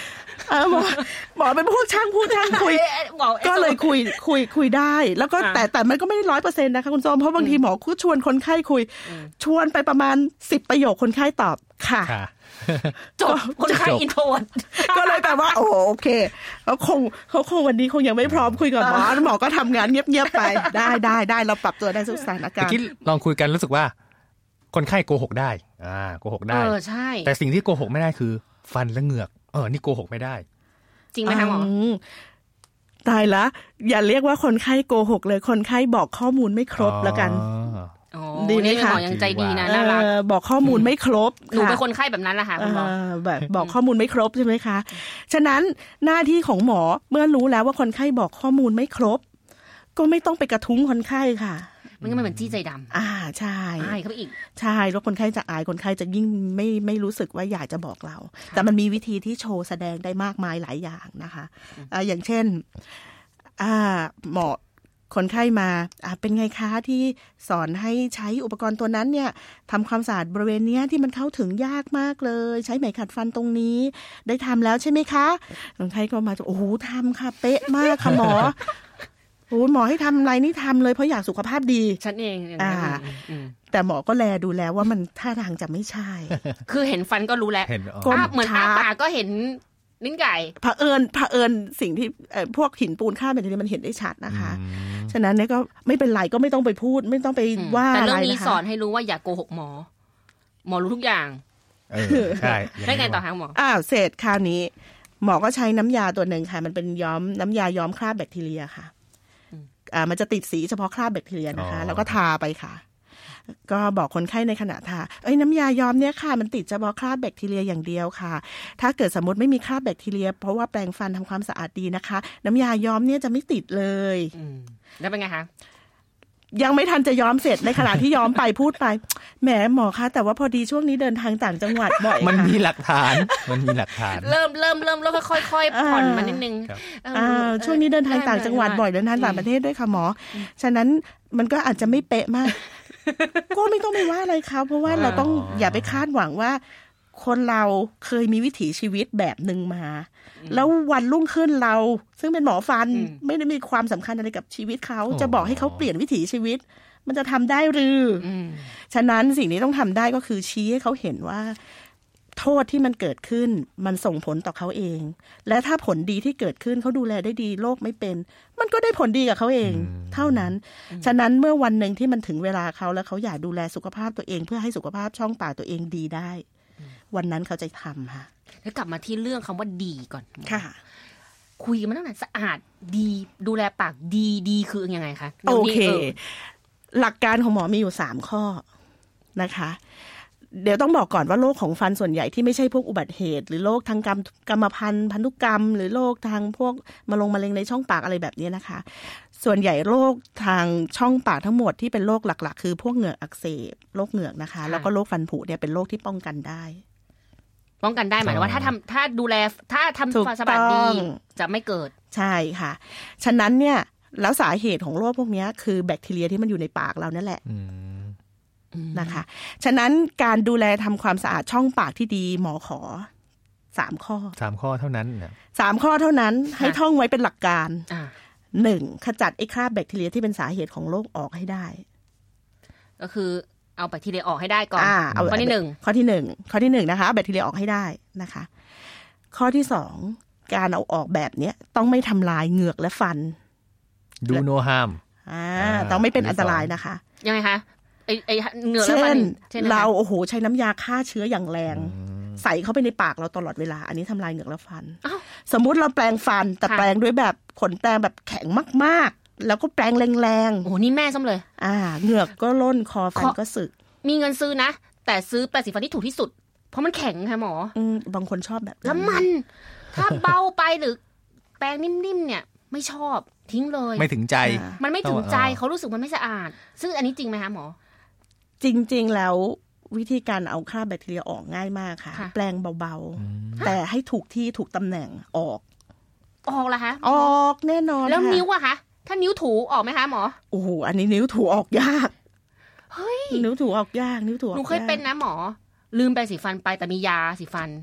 [SPEAKER 4] เออหมอหมอเป็นพวกช่างพูดช่างคุยก็เลยคุยคุยคุยได้แล้วก็แต่แต่มันก็ไม่ได้ร้อยเปอร์เซ็นต์นะคะคุณส้มเพราะบางทีหมอก็ชวนคนไข้คุยชวนไปประมาณสิบประโยคคนไข้ตอบค่ะ
[SPEAKER 2] จบคนไข้อินโทรเวิร์ต
[SPEAKER 4] ก็เลยแปลว่าโอโอเคเขาคงเขาคงวันนี้คงยังไม่พร้อมคุยกับหมอหมอก็ทำงานเงียบๆไปได้ได้ได้เราปรับตัวได้ทุกสถานการณ์
[SPEAKER 3] เมื่อกี้ลองคุยกันรู้สึกว่าคนไข้โกหกได้อ่าโกหกได้
[SPEAKER 2] เออใช่
[SPEAKER 3] แต่สิ่งที่โกหกไม่ได้คือฟันและเหงือกเออนี่โกหกไม่ได้
[SPEAKER 2] จริงไหมคะหมอ
[SPEAKER 4] ตายละอย่าเรียกว่าคนไข้โกหกเลยคนไข้บอกข้อมูลไม่ครบแล้วกัน
[SPEAKER 2] ดีไหมคะหมอยังใจดีนะน่ารัก
[SPEAKER 4] บอกข้อมูลไม่ครบ
[SPEAKER 2] หนูเป็นคนไข้แบบนั้นแหละค่ะคุณหมอ
[SPEAKER 4] แบบบอกข้อมูลไม่ครบใช่ไหมคะฉะนั้นหน้าที่ของหมอเมื่อรู้แล้วว่าคนไข้บอกข้อมูลไม่ครบก็ไม่ต้องไปกระทุ้งคนไข้ค่ะ
[SPEAKER 2] มันก็เหมือนจี้ใจด
[SPEAKER 4] ำอ่าใช่
[SPEAKER 2] อายเข้าไปอีก
[SPEAKER 4] ใช่แล้วคนไข้จะอายคนไข้จะยิ่งไม่ไม่รู้สึกว่าอยากจะบอกเราแต่มันมีวิธีที่โชว์แสดงได้มากมายหลายอย่างนะคะอ่าอย่างเช่นอ่าหมอคนไข้มาอ่าเป็นไงคะที่สอนให้ใช้อุปกรณ์ตัวนั้นเนี่ยทำความสะอาดบริเวณนี้ที่มันเข้าถึงยากมากเลยใช้ไหมขัดฟันตรงนี้ได้ทำแล้วใช่ไหมคะคนไข้ก็มาโอ้โหทำค่ะเป๊ะมากค่ะหมอโอ้หมอให้ทำอะไรนี่ทำเลยเพราะอยากสุขภาพดี
[SPEAKER 2] ฉันเอง
[SPEAKER 4] อ่าแต่หมอก็แลดูแล้วว่ามันท่าทางจะไม่ใช่
[SPEAKER 2] คือเห็นฟันก็รู้แล้วเหมือนอ้าปากก็เห็นลิ้นไก่
[SPEAKER 4] เผอิญเผอิญสิ่งที่พวกหินปูนค่าแบบนี้มันเห็นได้ชัดนะคะฉะนั้นเนี่ยก็ไม่เป็นไรก็ไม่ต้องไปพูดไม่ต้องไปว่าอะไรนะคะแต่
[SPEAKER 2] เรื่องนี้สอนให้รู้ว่าอย่าโกหกหมอหมอรู้ทุกอย่าง
[SPEAKER 3] เออใช่
[SPEAKER 2] ได้ไงต่อคะหมอ
[SPEAKER 4] อ้าวเสร็จคราวนี้หมอก็ใช้น้ำยาตัวหนึ่งค่ะมันเป็นย้อมน้ำยาย้อมคราบแบคทีเรียค่ะอ่ามันจะติดสีเฉพาะคราบแบคทีเรียนะคะแล้วก็ทาไปค่ะก็บอกคนไข้ในขณะทาเอ้ยน้ำยาย้อมเนี่ยค่ะมันติดเฉพาะคราบแบคทีเรียอย่างเดียวค่ะถ้าเกิดสมมติไม่มีคราบแบคทีเรียเพราะว่าแปรงฟันทำความสะอาดดีนะคะน้ำยาย้อมเนี่ยจะไม่ติดเลย
[SPEAKER 2] แล้วเป็นไงคะ
[SPEAKER 4] ยังไม่ทันจะย้อมเสร็จในขณะที่ย้อมไปพูดไปแหมหมอคะแต่ว่าพอดีช่วงนี้เดินทางต่างจังหวัดบ่อย
[SPEAKER 3] มันมีหลักฐานมันมีหลักฐาน
[SPEAKER 2] เริ่มเริ่มเริ่มแล้วค่อยๆผ่อนมานิดนึง
[SPEAKER 4] ช่วงนี้เดินทางต่างจังหวัดบ่อยเดินทางต่างประเทศด้วยค่ะหมอฉะนั้นมันก็อาจจะไม่เป๊ะมากก็ไม่ต้องไปว่าอะไรเขาเพราะว่าเราต้องอย่าไปคาดหวังว่าคนเราเคยมีวิถีชีวิตแบบนึงมาแล้ววันรุ่งขึ้นเราซึ่งเป็นหมอฟันไม่ได้มีความสำคัญอะไรกับชีวิตเขาจะบอกให้เขาเปลี่ยนวิถีชีวิตมันจะทำได้หรือฉะนั้นสิ่งที่ต้องทำได้ก็คือชี้ให้เขาเห็นว่าโทษที่มันเกิดขึ้นมันส่งผลต่อเขาเองและถ้าผลดีที่เกิดขึ้นเขาดูแลได้ดีโรคไม่เป็นมันก็ได้ผลดีกับเขาเองเท่านั้นฉะนั้นเมื่อวันหนึ่งที่มันถึงเวลาเขาแล้วเขาอยากดูแลสุขภาพตัวเองเพื่อให้สุขภาพช่องปากตัวเองดีได้วันนั้นเขาจะทำค่ะ
[SPEAKER 2] แล้วกลับมาที่เรื่องคำว่าดีก่อน
[SPEAKER 4] ค่ะ
[SPEAKER 2] คุยกันมาตั้งแต่สะอาดดีดูแลปากดีดีคือยังไงคะ
[SPEAKER 4] โอเคหลักการของหมอมีอยู่สามข้อนะคะเดี๋ยวต้องบอกก่อนว่าโรคของฟันส่วนใหญ่ที่ไม่ใช่พวกอุบัติเหตุหรือโรคทางกรรมกรรมพันธุ์พันธุกรรมหรือโรคทางพวกมะลงมะเร็งในช่องปากอะไรแบบนี้นะคะส่วนใหญ่โรคทางช่องปากทั้งหมดที่เป็นโรคหลักๆคือพวกเหงือกอักเสบโรคเหงือกนะคะแล้วก็โรคฟันผุเนี่ยเป็นโรคที่ป้องกันได้
[SPEAKER 2] ป้องกันได้หมายว่าถ้าทำถ้าดูแลถ้าทำความสะอาดดีจะไม่เกิด
[SPEAKER 4] ใช่ค่ะฉะนั้นเนี่ยแล้วสาเหตุของโรคพวกนี้คือแบคทีเรียที่มันอยู่ในปากเรานั่นแหละนะคะฉะนั้นการดูแลทำความสะอาดช่องปากที่ดีหมอขอสามข้อ
[SPEAKER 3] สามข้อเท่านั้นนะ
[SPEAKER 4] สามข้อเท่านั้นให้ท่องไว้เป็นหลักการหนึ่งขจัดไอ้คราบแบคทีเรียที่เป็นสาเหตุของโรคออกให้ได้
[SPEAKER 2] ก็คือเอาแบคทีเรียออกให้ได้ก่อนข้อที่หนึ่ง
[SPEAKER 4] ข้อที่หนึ่งข้อที่หนึ่งนะคะแบคทีเรียออกให้ได้นะคะข้อที่สองการเอาออกแบบเนี้ยต้องไม่ทำลายเหงือกและฟัน
[SPEAKER 3] ดูโนฮาม
[SPEAKER 4] อ่าต้องไม่เป็นอันตรายนะคะ
[SPEAKER 2] ยังไงคะไอไอเหงือกและฟัน
[SPEAKER 4] เช่นเราโอ้โหใช้น้ำยาฆ่าเชื้ออย่างแรงใส่เข้าไปในปากเราตลอดเวลาอันนี้ทำลายเหงือกและฟันสมมุติเราแปรงฟันแต่แปรงด้วยแบบขนแปรงแบบแข็งมากๆแล้วก็แปรงแรง
[SPEAKER 2] ๆโอ้นี่แม่ซ้ำเลย
[SPEAKER 4] อ่าเหงือกก็ล่นคอฟันก็สึก
[SPEAKER 2] มีเงินซื้อนะแต่ซื้อแปรงสีฟันที่ถูกที่สุดเพราะมันแข็งค่ะหมอ
[SPEAKER 4] อืมบางคนชอบแบบ
[SPEAKER 2] แล้วมันถ้าเบาไปหรือแปรงนิ่มๆเนี่ยไม่ชอบทิ้งเลย
[SPEAKER 3] ไม่ถึงใจ
[SPEAKER 2] มันไม่ถึงใจเขารู้สึกมันไม่สะอาดซึ่งอันนี้จริงไหมคะหมอ
[SPEAKER 4] จริงๆแล้ววิธีการเอาคราบแบคทีเรียออกง่ายมากค่ะแปรงเบาๆแต่ให้ถูกที่ถูกตำแหน่งออก
[SPEAKER 2] ออกละคะ
[SPEAKER 4] ออกแน่นอน
[SPEAKER 2] แล้วนิ้วอะคะถ้านิ้วถูออกไหมคะหมอ
[SPEAKER 4] โอ้โหอันนี้นิ้วถูออกยาก
[SPEAKER 2] เฮ้ย
[SPEAKER 4] นิ้วถูออกยากนิ้วถูออก
[SPEAKER 2] หนูเคยเป็นนะหมอลืมแปรงสีฟันไปแต่มียาสีฟัน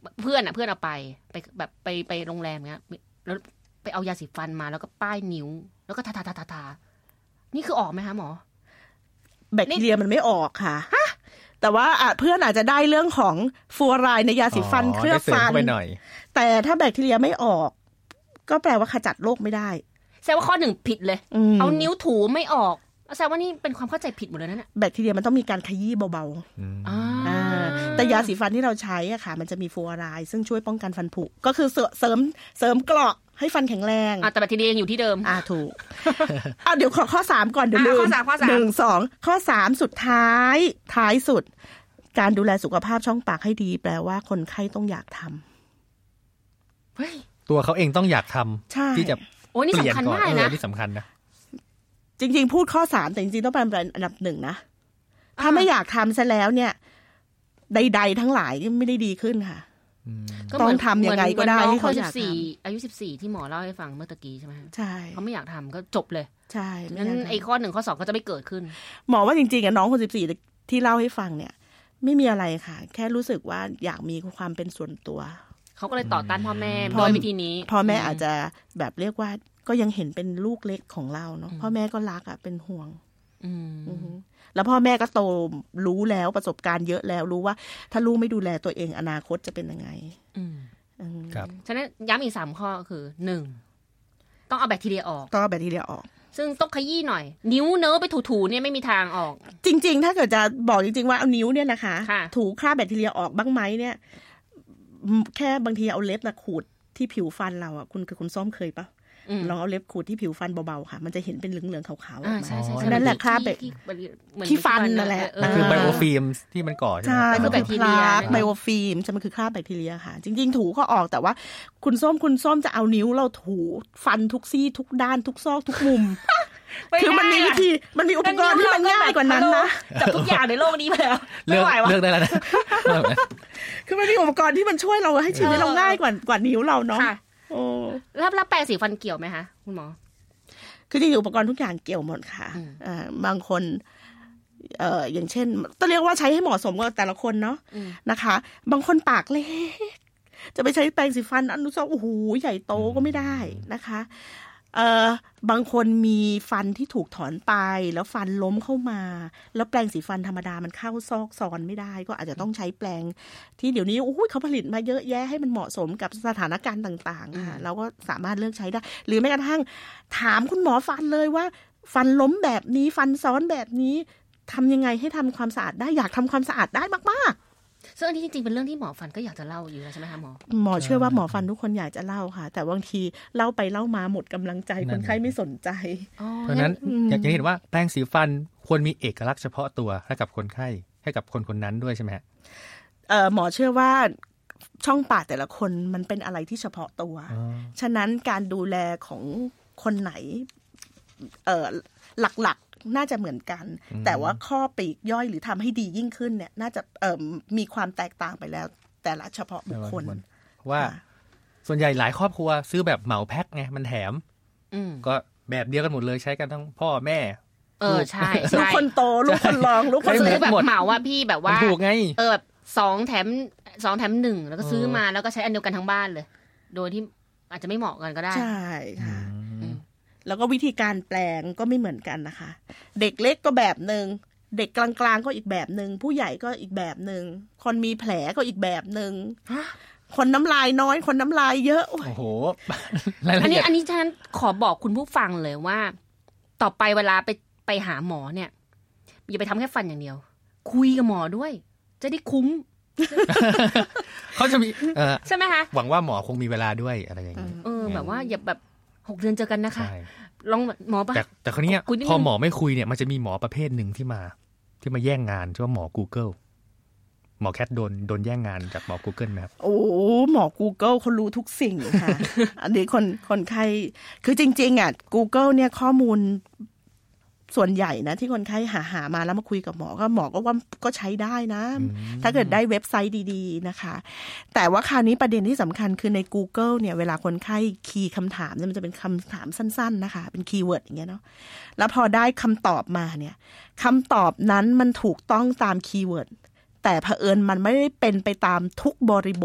[SPEAKER 2] เพื่อนอ่ะเพื่อนเอาไปไปแบบไปไปโรงแรมเงี้ยแล้วไปเอายาสีฟันมาแล้วก็ป้ายนิ้วแล้วก็ทาทาทาทาทานี่คือออกไหมคะหมอ
[SPEAKER 4] แบคทีเรียมันไม่ออกค่ะแต่ว่าเพื่อนอาจจะได้เรื่องของฟลูออไรด์ในยาสีฟันเคลือบฟันแต่ถ้าแบคทีเรียไม่ออกก็แปลว่าขจัดโรคไม่ได้
[SPEAKER 2] แสดงว่าข้อหนึ่งผิดเลยเอานิ้วถูไม่ออกแสดงว่านี่เป็นความเข้าใจผิดหมดเลยนะเนี่ย
[SPEAKER 4] แบคทีเรียมันต้องมีการขยี้เบาๆแต่ยาสีฟันที่เราใช้อ่ะค่ะมันจะมีฟลูออไรด์ซึ่งช่วยป้องกันฟันผุก็คือเสริมเสริมเกราะให้ฟันแข็งแรง
[SPEAKER 2] แต่แบคทีเรียยังอยู่ที่เดิม
[SPEAKER 4] อ่าถูกอ่ะเดี๋ยวขอข้อสามก่อนเดี๋ยวลืมหนึ่งสองข้อสามสุดท้ายท้ายสุดการดูแลสุขภาพช่องปากให้ดีแปลว่าคนไข้ต้องอยากท
[SPEAKER 3] ำเฮ้ยตัวเขาเองต้องอยากทำที่จะ
[SPEAKER 2] โอ้นี่สำคัญมากนะ
[SPEAKER 3] นี่สำคัญนะ
[SPEAKER 4] จริงๆพูดข้อสามแต่จริงๆต้องเป็นอันดับหนึ่งนะถ้าไม่อยากทำซะแล้วเนี่ยใดๆทั้งหลายไม่ได้ดีขึ้นค่ะต้องทำยังไงก็ได้ที่เขาอยากทำ
[SPEAKER 2] อายุสิบสี่ที่หมอเล่าให้ฟังเมื่อตะกี้ใช่ไหม
[SPEAKER 4] ใช่
[SPEAKER 2] เขาไม่อยากทำก็จบเลย
[SPEAKER 4] ใช่
[SPEAKER 2] งั้นไอ้ข้อหนึ่งข้อสองก็จะไม่เกิดขึ้น
[SPEAKER 4] หมอว่าจริงๆอะน้องคนสิบสี่ที่เล่าให้ฟังเนี่ยไม่มีอะไรค่ะแค่รู้สึกว่าอยากมีความเป็นส่วนตัว
[SPEAKER 2] เขาก็เลยต่อต้านพ่อแม่โดยวิธีนี้
[SPEAKER 4] พ่อแม่อาจจะแบบเรียกว่าก็ยังเห็นเป็นลูกเล็กของเราเนาะพ่อแม่ก็รักอ่ะเป็นห่วงแล้วพ่อแม่ก็โตรู้แล้วประสบการณ์เยอะแล้วรู้ว่าถ้าลูกไม่ดูแลตัวเองอนาคตจะเป็นยังไง
[SPEAKER 3] ครับ
[SPEAKER 2] ฉะนั้นย้ำอีกสามข้อคือหนึ่งต้องเอาแบคทีเรียออก
[SPEAKER 4] ต้องเอาแบคทีเรียออก
[SPEAKER 2] ซึ่งต้องขยี้หน่อยนิ้วเนื้อไปถูๆเนี่ยไม่มีทางออก
[SPEAKER 4] จริงๆถ้าเกิดจะบอกจริงๆว่าเอานิ้วเนี่ยนะคะถูคราบแบคทีเรียออกบ้างไหมเนี่ยแค่บางทีเอาเล็บนะขูดที่ผิวฟันเราอ่ะคุณคือคุณส้มเคยปะลองเอาเล็บขูดที่ผิวฟันเบาๆค่ะมันจะเห็นเป็นเหลืองๆขาวๆออกมานั่นแหละคราบแบบที่ฟันนั่นแหละ
[SPEAKER 3] คือไบโอฟิล์มที่มันก่อใช่ไหม
[SPEAKER 4] ใช่คือแบคทีเรียไบโอฟิล์มจะมันคือคราบแบคทีเรียค่ะจริงๆถูก็ออกแต่ว่าคุณส้มคุณส้มจะเอานิ้วเราถูฟันทุกซี่ทุกด้านทุกซอกทุกมุมคือมันมีวิธีมันมีอุปกรณ์ที่มันง่ายกว่านั้นนะ
[SPEAKER 2] จับทุกอย่างในโลกนี้ไปแล้ว
[SPEAKER 3] ไม่ไหววะเลือกได้แล้วนะ
[SPEAKER 4] คือมันมีอุปกรณ์ที่มันช่วยเราให้ชีวิตเราง่ายกว่ากว่านิ้วเราเนาะ
[SPEAKER 2] โอ้แล้วแล้วแปรงสีฟันเกี่ยวไหมคะคุณหมอ
[SPEAKER 4] คือจริงๆอุปกรณ์ทุกอย่างเกี่ยวหมดค่ะอ่าบางคนเอ่ออย่างเช่นต้องเรียกว่าใช้ให้เหมาะสมกับแต่ละคนเนาะนะคะบางคนปากเล็กจะไปใช้แปรงสีฟันอันนู้นโอ้โหใหญ่โตก็ไม่ได้นะคะเอ่อบางคนมีฟันที่ถูกถอนไปแล้วฟันล้มเข้ามาแล้วแปรงสีฟันธรรมดามันเข้าซอกซอนไม่ได้ก็อาจจะต้องใช้แปรงที่เดี๋ยวนี้โอ้ยเขาผลิตมาเยอะแยะให้มันเหมาะสมกับสถานการณ์ต่างๆค่ะเราก็สามารถเลือกใช้ได้หรือแม้กระทั่งถามคุณหมอฟันเลยว่าฟันล้มแบบนี้ฟันซ้อนแบบนี้ทำยังไงให้ทำความสะอาดได้อยากทำความสะอาดได้มากๆ
[SPEAKER 2] ซึ่งอันนี้จริงๆเป็นเรื่องที่หมอฟันก็อยากจะเล่าอยู่แล้วใช่ไหมคะหมอ
[SPEAKER 4] หมอเชื่อว่าหมอฟันทุกคนอยากจะเล่าค่ะแต่บางทีเล่าไปเล่ามาหมดกำลังใจคนไข้ไม่สนใจ
[SPEAKER 3] เพราะนั้นอยากจะเห็นว่าแปรงสีฟันควรมีเอกลักษณ์เฉพาะตัวให้กับคนไข้ให้กับคนคนนั้นด้วยใช่ไหม
[SPEAKER 4] เอ่อหมอเชื่อว่าช่องปากแต่ละคนมันเป็นอะไรที่เฉพาะตัวฉะนั้นการดูแลของคนไหนเอ่อหลักน่าจะเหมือนกันแต่ว่าข้อปลีกย่อยหรือทำให้ดียิ่งขึ้นเนี่ยน่าจะเอ่อมีความแตกต่างไปแล้วแต่ละเฉพาะบุคคล
[SPEAKER 3] ว่าส่วนใหญ่หลายครอบครัวซื้อแบบเหมาแพ็คไงมันแถมก็แบบเดียวกันหมดเลยใช้กันทั้งพ่อแม่
[SPEAKER 2] เออใช่
[SPEAKER 4] ลูกคนโตลูกคนรองลูกคน
[SPEAKER 2] ซื้อแบบเหมาว่าพี่แบบว่า
[SPEAKER 3] ถูกไง
[SPEAKER 2] เออแบบสองแถมสองแถมหนึ่งแล้วก็ซื้อมาแล้วก็ใช้อันเดียวกันทั้งบ้านเลยโดยที่อาจจะไม่เหมาะกันก็ได้
[SPEAKER 4] ใช่ค่ะแล้วก็วิธีการแปลงก็ไม่เหมือนกันนะคะเด็กเล็กก็แบบนึงเด็กกลางๆก็อีกแบบนึงผู้ใหญ่ก็อีกแบบนึงคนมีแผลก็อีกแบบนึงคนน้ำลายน้อยคนน้ำลายเยอะ
[SPEAKER 3] โอ้โห
[SPEAKER 2] อันนี้อันนี้ฉันขอบอกคุณผู้ฟังเลยว่าต่อไปเวลาไปไปหาหมอเนี่ยอย่าไปทำแค่ฟันอย่างเดียวคุยกับหมอด้วยจะได้คุ้ม
[SPEAKER 3] เขาจะมี
[SPEAKER 2] ใช่ไหมคะ
[SPEAKER 3] หวังว่าหมอคงมีเวลาด้วยอะไรอย่างนี้
[SPEAKER 2] เออแบบว่าอย่าแบบหกเดือนเจอกันนะคะลองหมอปะ
[SPEAKER 3] แต่แต่คราวนี้พอหมอไม่คุยเนี่ยมันจะมีหมอประเภทหนึ่งที่มาที่มาแย่งงานชื่อว่าหมอ Google หมอแคทโดนโดนแย่งงานจากหมอ Google ไหมครับ
[SPEAKER 4] โอ้หมอ Google เขารู้ทุกสิ่งค่ะ อันนี้คนคนไข้คือจริงๆอ่ะ Google เนี่ยข้อมูลส่วนใหญ่นะที่คนไข้หาหามาแล้วมาคุยกับหมอก็หมอก็ว่าก็ใช้ได้นะถ้าเกิดได้เว็บไซต์ดีๆนะคะแต่ว่าคราวนี้ประเด็นที่สำคัญคือใน Google เนี่ยเวลาคนไข้คีย์คำถามเนี่ยมันจะเป็นคำถามสั้นๆนะคะเป็นคีย์เวิร์ดอย่างเงี้ยเนาะแล้วพอได้คำตอบมาเนี่ยคำตอบนั้นมันถูกต้องตามคีย์เวิร์ดแต่เผอิญมันไม่ได้เป็นไปตามทุกบริบท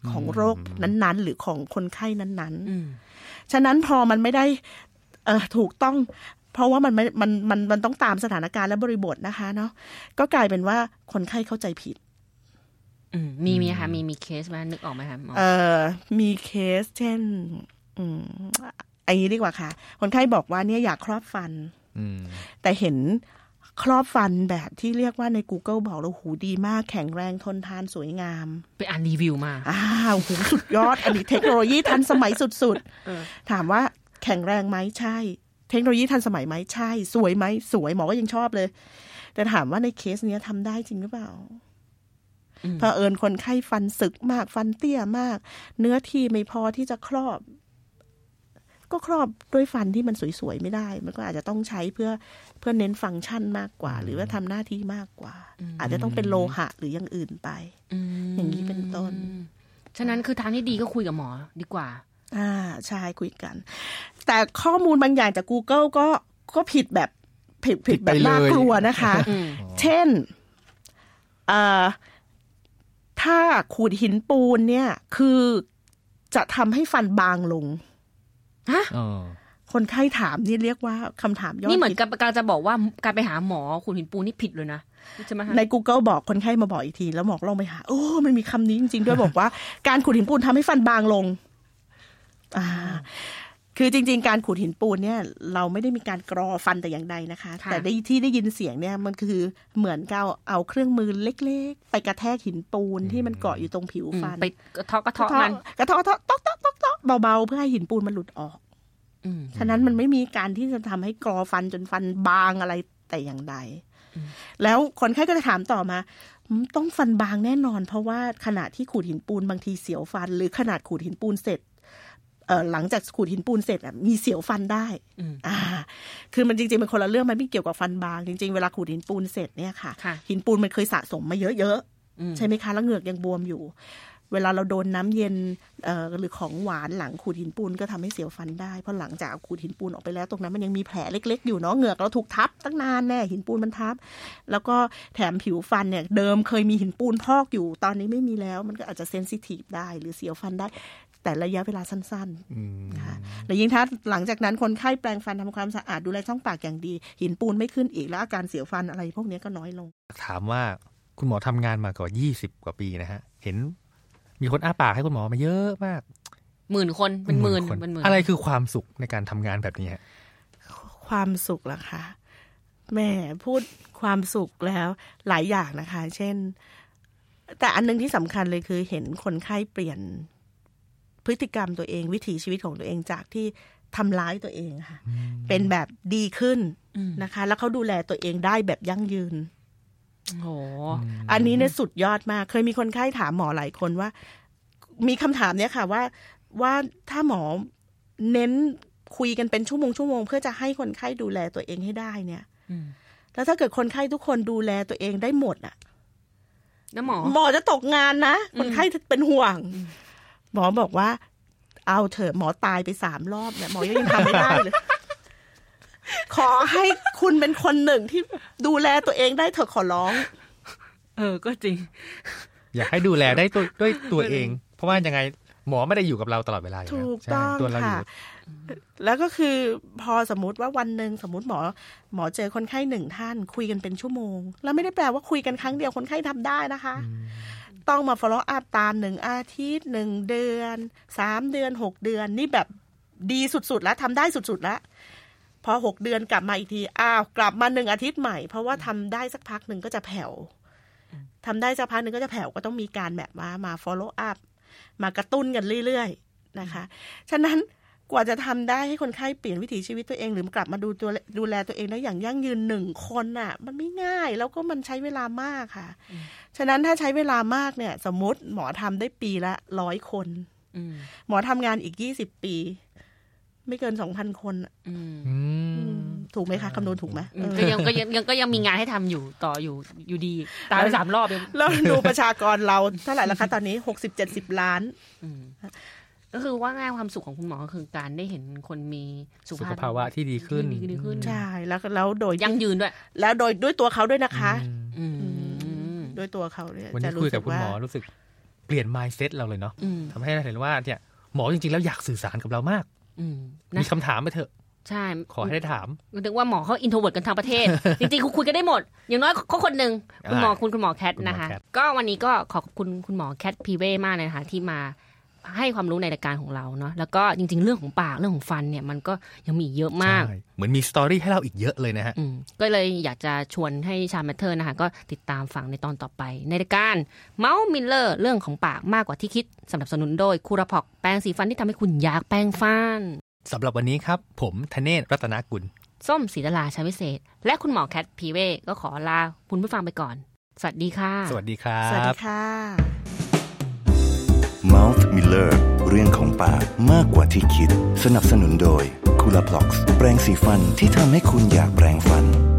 [SPEAKER 4] ของโรคนั้นๆหรือของคนไข้นั้นๆฉะนั้นพอมันไม่ได้เอ่อถูกต้องเพราะว่ามันไม่มันมันมันต้องตามสถานการณ์และบริบทนะคะเนาะก็กลายเป็นว่าคนไข้เข้าใจผิด
[SPEAKER 2] มีมีค่ะมีมีเคสมั้ยนึกออกมั้ยคะ
[SPEAKER 4] เอ่อมีเคสเช่นอืมอันนี้ดีกว่าค่ะคนไข้บอกว่าเนี่ยอยากครอบฟันแต่เห็นครอบฟันแบบที่เรียกว่าใน Google บอกเราหูดีมากแข็งแรงทนทานสวยงาม
[SPEAKER 2] ไปอ่านรีวิวมา
[SPEAKER 4] อ้าวหูสุดยอดอันนี้เทคโนโลยีทันสมัยสุดๆถามว่าแข็งแรงไหมใช่เทคโนโลยีทันสมัยไหมใช่สวยไหมสวยหมอก็ยังชอบเลยแต่ถามว่าในเคสนี้ทำได้จริงหรือเปล่าเผอิญคนไข้ฟันสึกมากฟันเตี้ยมากเนื้อที่ไม่พอที่จะครอบก็ครอบด้วยฟันที่มันสวยๆไม่ได้มันก็อาจจะต้องใช้เพื่อเพื่อเน้นฟังก์ชันมากกว่าหรือว่าทำหน้าที่มากกว่าอาจจะต้องเป็นโลหะหรืออย่างอื่นไปอย่างนี้เป็นต้น
[SPEAKER 2] ฉะนั้นคือทางที่ดีก็คุยกับหมอดีกว่า
[SPEAKER 4] อ่าใช่คุยกันแต่ข้อมูลบางอย่างจาก Google ก็ก็ผิดแบบผิดผิดแบบน่ากลัวนะคะเช่นอ่าถ้าขูดหินปูนเนี่ยคือจะทำให้ฟันบางลงฮะคนไข้ถามนี่เรียกว่าคำถามยอด
[SPEAKER 2] นี่เหมือนกับการจะบอกว่าการไปหาหมอขูดหินปูนนี่ผิดเลยนะใช่ไหมคะ
[SPEAKER 4] ใน Google บอกคนไข้มาบอกอีกทีแล้วหมอลองไปหาโอ้มันมีคำนี้จริงๆด้วยบอกว่าการขูดหินปูนทำให้ฟันบางลงอ่าคือจริงๆการขูดหินปูนเนี่ยเราไม่ได้มีการกรอฟันแต่อย่างใดนะคะแต่ได้ที่ได้ยินเสียงเนี่ยมันคือเหมือนกับเอาเครื่องมือเล็กๆไปกระแทกหินปูนที่มันเกาะอยู่ตรงผิวฟัน
[SPEAKER 2] ไปกระเทาะกระเทาะมัน
[SPEAKER 4] กระเทาะกระเทาะต๊อกต๊อกต๊อกต๊อกเบาๆเพื่อให้หินปูนมันหลุดออกฉะนั้นมันไม่มีการที่จะทำให้กรอฟันจนฟันบางอะไรแต่อย่างใดแล้วคนไข้ก็จะถามต่อมาต้องฟันบางแน่นอนเพราะว่าขณะที่ขูดหินปูนบางทีเสียวฟันหรือขนาดขูดหินปูนเสร็จเอ่อหลังจากขูดหินปูนเสร็จอ่ะมีเสียวฟันได้อ่าคือมันจริงๆเป็นคนละเรื่องมันไม่เกี่ยวกับฟันบางจริงๆเวลาขูดหินปูนเสร็จเนี่ยค่ะหินปูนมันเคยสะสมมาเยอะๆใช่ไหมคะแล้วเหงือกยังบวมอยู่เวลาเราโดนน้ำเย็นเอ่อหรือของหวานหลังขูดหินปูนก็ทำให้เสียวฟันได้เพราะหลังจากขูดหินปูนออกไปแล้วตรงนั้นมันยังมีแผลเล็กๆอยู่เนาะเหงือกเราถูกทับตั้งนานแน่หินปูนมันทับแล้วก็แถมผิวฟันเนี่ยเดิมเคยมีหินปูนพอกอยู่ตอนนี้ไม่มีแล้วมันก็อาจจะเซนซิทีฟได้หรือเสียวฟันได้แต่ระยะเวลาสั้นๆนะคะและยิ่งถ้าหลังจากนั้นคนไข้แปรงฟันทำความสะอาดดูแลช่องปากอย่างดีหินปูนไม่ขึ้นอีกแล้วอาการเสียวฟันอะไรพวกนี้ก็น้อยลง
[SPEAKER 3] ถามว่าคุณหมอทำงานมากว่ายี่สิบกว่าปีนะฮะเห็นมีคนอ้าปากให้คุณหมอมาเยอะมาก
[SPEAKER 2] หมื่นคนเป็นหมื่นเป็นหมื่น
[SPEAKER 3] อะไรคือความสุขในการทำงานแบบนี้ฮะ
[SPEAKER 4] ความสุขล่ะคะแม่พูดความสุขแล้วหลายอย่างนะคะเช่นแต่อันนึงที่สำคัญเลยคือเห็นคนไข้เปลี่ยนพฤติกรรมตัวเองวิถีชีวิตของตัวเองจากที่ทำร้ายตัวเองค่ะเป็นแบบดีขึ้นนะคะแล้วเขาดูแลตัวเองได้แบบยั่งยืน
[SPEAKER 2] โอ้
[SPEAKER 4] อันนี้เนี่ยสุดยอดมากเคยมีคนไข้ถามหมอหลายคนว่ามีคำถามเนี้ยค่ะว่าว่าถ้าหมอเน้นคุยกันเป็นชั่วโมงชั่วโมงเพื่อจะให้คนไข้ดูแลตัวเองให้ได้เนี่ยแล้วถ้าเกิดคนไข้ทุกคนดูแลตัวเองได้หมดอ่ะ
[SPEAKER 2] แล้วหมอ
[SPEAKER 4] หมอจะตกงานนะคนไข้เป็นห่วงหมอบอกว่าเอาเถอะหมอตายไปสามรอบเนี่ยหมอยังทำไม่ได้เลยขอให้คุณเป็นคนหนึ่งที่ดูแลตัวเองได้เถอะขอร้อง
[SPEAKER 2] เออก็จริง
[SPEAKER 3] อยากให้ดูแลได้ตัวด้วยตัวเองเพราะว่ายังไงหมอไม่ได้อยู่กับเราตลอดเวลา
[SPEAKER 4] ถูกต้องค่ะแล้วก็คือพอสมมติว่าวันหนึ่งสมมติหมอหมอเจอคนไข้หนึ่งท่านคุยกันเป็นชั่วโมงแล้วไม่ได้แปลว่าคุยกันครั้งเดียวคนไข้ทำได้นะคะต้องมา follow up ตามหนึ่งอาทิตย์หนึ่งเดือนสามเดือนหกเดือนนี่แบบดีสุดๆแล้วทำได้สุดๆแล้วพอหกเดือนกลับมาอีกทีอ้าวกลับมาหนึ่งอาทิตย์ใหม่เพราะว่าทำได้สักพักหนึ่งก็จะแผ่วทำได้สักพักหนึ่งก็จะแผ่วก็ต้องมีการแบบว่ามา follow up มากระตุ้นกันเรื่อยๆนะคะฉะนั้นกว่าจะทำได้ให้คนไข้เปลี่ยนวิถีชีวิตตัวเองหรือกลับมาดูตัวดูแลตัวเองได้อย่างยั่งยืนหนึ่งคนน่ะมันไม่ง่ายแล้วก็มันใช้เวลามากค่ะฉะนั้นถ้าใช้เวลามากเนี่ยสมมติหมอทำได้ปีละร้อยคนหมอทำงานอีกยี่สิบปีไม่เกิน สองพัน คนถูกไหมคะคำนวณถูกไหม
[SPEAKER 2] ก็ยังก็ยังก็ยังมีงานให้ทำอยู่ต่ออยู่อยู่ดีตายไปสามรอบ
[SPEAKER 4] แล้วดูประชากรเราเท่าไหร่แล้วคะตอนนี้หกสิบเจ็ดสิบล้าน
[SPEAKER 2] ก็คือว่าง่ายความสุขของคุณหมอก็คือการได้เห็นคนมีสุข
[SPEAKER 3] ภาวะที่ดีขึ้น
[SPEAKER 4] ใช่แล้วแล้วโดย
[SPEAKER 2] ยั่งยืนด้วย
[SPEAKER 4] แล้วโดยด้วยตัวเขาด้วยนะคะด้วยตัวเขาเนี่ย
[SPEAKER 3] วันนี้คุยกับคุณหมอรู้สึกเปลี่ยน mindset เราเลยเนาะทำให้เราเห็นว่าเนี่ยหมอจริงๆแล้วอยากสื่อสารกับเรามากมีคำถามมาเถอะ
[SPEAKER 2] ใช่
[SPEAKER 3] ขอให้ได้ถาม
[SPEAKER 2] นึกว่าหมอเขาอินโทรเวิร์ตกันทางประเทศ จริงๆคุยกันได้หมดอย่างน้อยเขาคนหนึ่งคุณหมอคุณคุณหมอแคทนะคะก็วันนี้ก็ขอบคุณคุณหมอแคทพีเว่มากเลยนะคะที่มาให้ความรู้ในรายการของเราเนาะแล้วก็จริงๆเรื่องของปากเรื่องของฟันเนี่ยมันก็ยังมีเยอะมาก
[SPEAKER 3] เหมือนมีสตอรี่ให้เราอีกเยอะเลยนะฮะ
[SPEAKER 2] ก็เลยอยากจะชวนให้ชาแมทเทอร์นะคะก็ติดตามฟังในตอนต่อไปในรายการเมาส์มิลเลอร์เรื่องของปากมากกว่าที่คิดสนับสนุนโดยคูราพ็อกแปรงสีฟันที่ทำให้คุณอยากแปรงฟัน
[SPEAKER 3] สำหรับวันนี้ครับผมธเนศรัตนกุล
[SPEAKER 2] ส้มศรีดาราชัยวิเศษและคุณหมอแคทพีเว่ก็ขอลาคุณผู้ฟังไปก่อนสวัสดีค่ะ
[SPEAKER 3] สวัสดีครับ
[SPEAKER 4] สวัสดีค่ะ
[SPEAKER 1] Mouth Miller เรื่องของปากมากกว่าที่คิดสนับสนุนโดย Cura Plox แปรงสีฟันที่ทำให้คุณอยากแปรงฟัน